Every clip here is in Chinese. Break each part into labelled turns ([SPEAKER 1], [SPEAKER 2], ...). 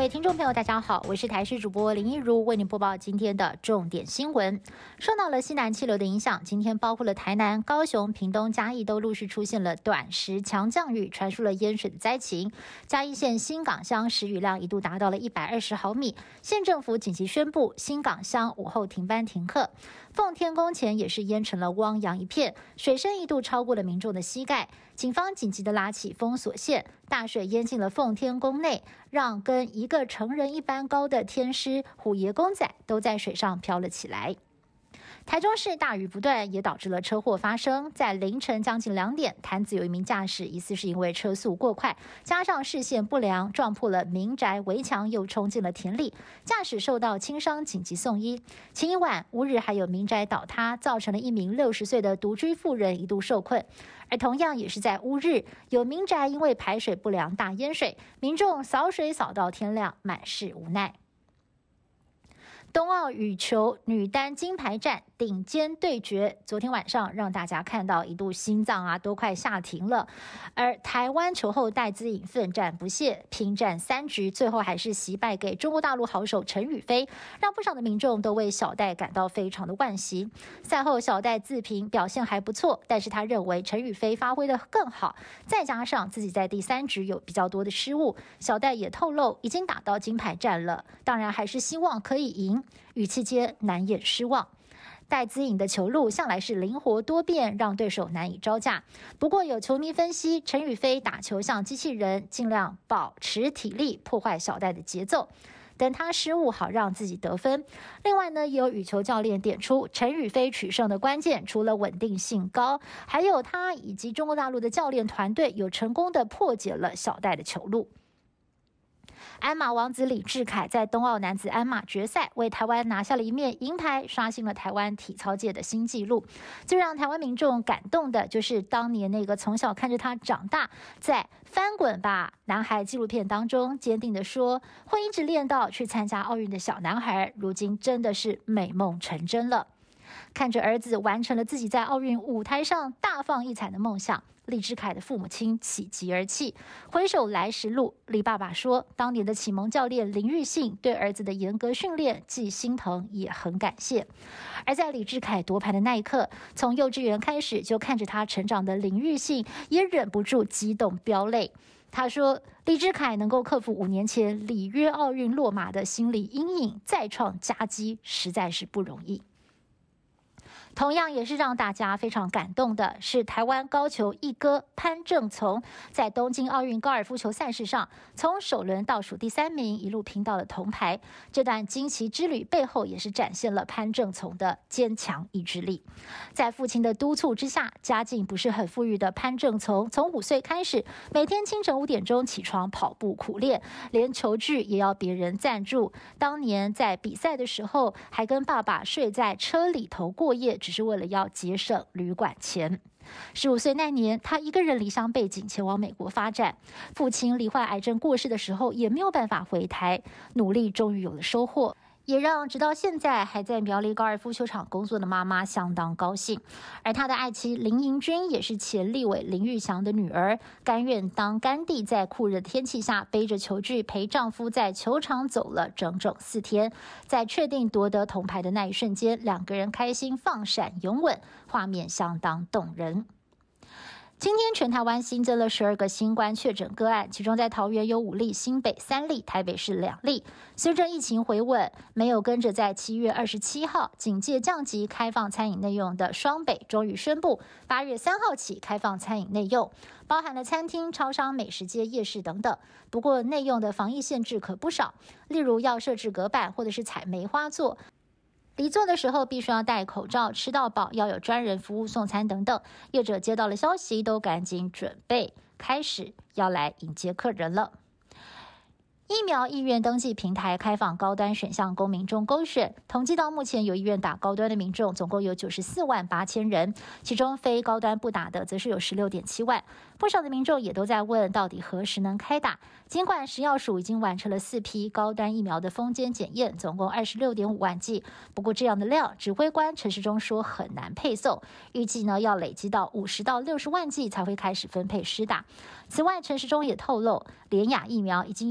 [SPEAKER 1] 位听众朋友，大家好，我是台视主播林一如，为您播报今天的重点新闻。受到了西南气流的影响，今天包括了台南、高雄、屏东、嘉义都陆续出现了短时强降雨，传出了淹水的灾情。嘉义县新港乡时雨量一度达到了120毫米，县政府紧急宣布新港乡午后停班停课。奉天宫前也是淹成了汪洋一片，水深一度超过了民众的膝盖，警方紧急的拉起封锁线，大水淹进了奉天宫内，让跟一个成人一般高的天狮虎爷公仔都在水上飘了起来。台中市大雨不断，也导致了车祸发生。在凌晨将近2点，潭子有一名驾驶疑似是因为车速过快，加上视线不良，撞破了民宅围墙，又冲进了田里，驾驶受到轻伤，紧急送医。前一晚乌日还有民宅倒塌，造成了一名60岁的独居妇人一度受困。而同样也是在乌日，有民宅因为排水不良大淹水，民众扫水扫到天亮，满是无奈。冬奥羽球女单金牌战顶尖对决，昨天晚上让大家看到一度心脏都快吓停了。而台湾球后戴资颖奋战不懈，拼战3局，最后还是惜败给中国大陆好手陈雨菲，让不少的民众都为小戴感到非常的惋惜。赛后小戴自评表现还不错，但是他认为陈雨菲发挥得更好，再加上自己在第3局有比较多的失误，小戴也透露已经打到金牌战了，当然还是希望可以赢，语气间难掩失望。戴资颖的球路向来是灵活多变，让对手难以招架。不过有球迷分析，陈雨菲打球像机器人，尽量保持体力，破坏小戴的节奏，等他失误好让自己得分。另外呢，也有羽球教练点出，陈雨菲取胜的关键除了稳定性高，还有他以及中国大陆的教练团队有成功的破解了小戴的球路。鞍马王子李智凯在冬奥男子鞍马决赛为台湾拿下了一面银牌，刷新了台湾体操界的新纪录。最让台湾民众感动的就是当年那个从小看着他长大，在翻滚吧男孩纪录片当中坚定地说会一直练到去参加奥运的小男孩，如今真的是美梦成真了。看着儿子完成了自己在奥运舞台上大放异彩的梦想，李智凯的父母亲喜极而泣。回首来时路，李爸爸说，当年的启蒙教练林育信对儿子的严格训练既心疼也很感谢。而在李智凯夺牌的那一刻，从幼稚园开始就看着他成长的林育信也忍不住激动飙泪。他说，李智凯能够克服5年前里约奥运落马的心理阴影，再创佳绩，实在是不容易。同样也是让大家非常感动的是，台湾高球一哥潘正从在东京奥运高尔夫球赛事上，从首轮倒数第3名一路拼到了铜牌。这段惊奇之旅背后也是展现了潘正从的坚强意志力。在父亲的督促之下，家境不是很富裕的潘正从从5岁开始，每天清晨5点钟起床跑步苦练，连球具也要别人赞助。当年在比赛的时候，还跟爸爸睡在车里头过夜，只是为了要节省旅馆钱。15岁那年，他一个人离乡背井前往美国发展。父亲罹患癌症过世的时候，也没有办法回台，努力终于有了收获，也让直到现在还在苗栗高尔夫球场工作的妈妈相当高兴。而他的爱妻林盈君也是前立委林玉祥的女儿，甘愿当干弟，在酷热的天气下背着球具陪丈夫在球场走了整整4天。在确定夺得铜牌的那一瞬间，2个人开心放闪拥吻，画面相当动人。今天全台湾新增了12个新冠确诊个案，其中在桃园有5例，新北3例，台北市2例。随着疫情回稳，没有跟着在7月27号警戒降级开放餐饮内用的双北终于宣布8月3号起开放餐饮内用，包含了餐厅、超商、美食街、夜市等等。不过内用的防疫限制可不少，例如要设置隔板或者是采梅花座，离座的时候必须要戴口罩，吃到饱要有专人服务送餐等等。业者接到了消息，都赶紧准备开始要来迎接客人了。疫苗意愿登记平台开放高端选项供民众勾选，统计到目前有意愿打高端的民众总共有94万8千人，其中非高端不打的则是有16.7万。不少的民众也都在问到底何时能开打。尽管食药署已经完成了4批高端疫苗的封检检验，总共26.5万剂，不过这样的量指挥官陈时中说很难配送，预计呢要累积到50到60万剂才会开始分配施打。此外，陈时中也透露，联亚疫苗已经有19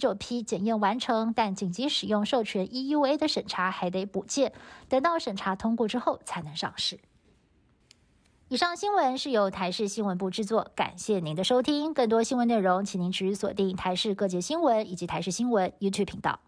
[SPEAKER 1] 首批检验完成，但紧急使用授权 EUA 的审查还得补件，等到审查通过之后才能上市。以上新闻是由台视新闻部制作，感谢您的收听。更多新闻内容，请您持续锁定台视各界新闻以及台视新闻 YouTube 频道。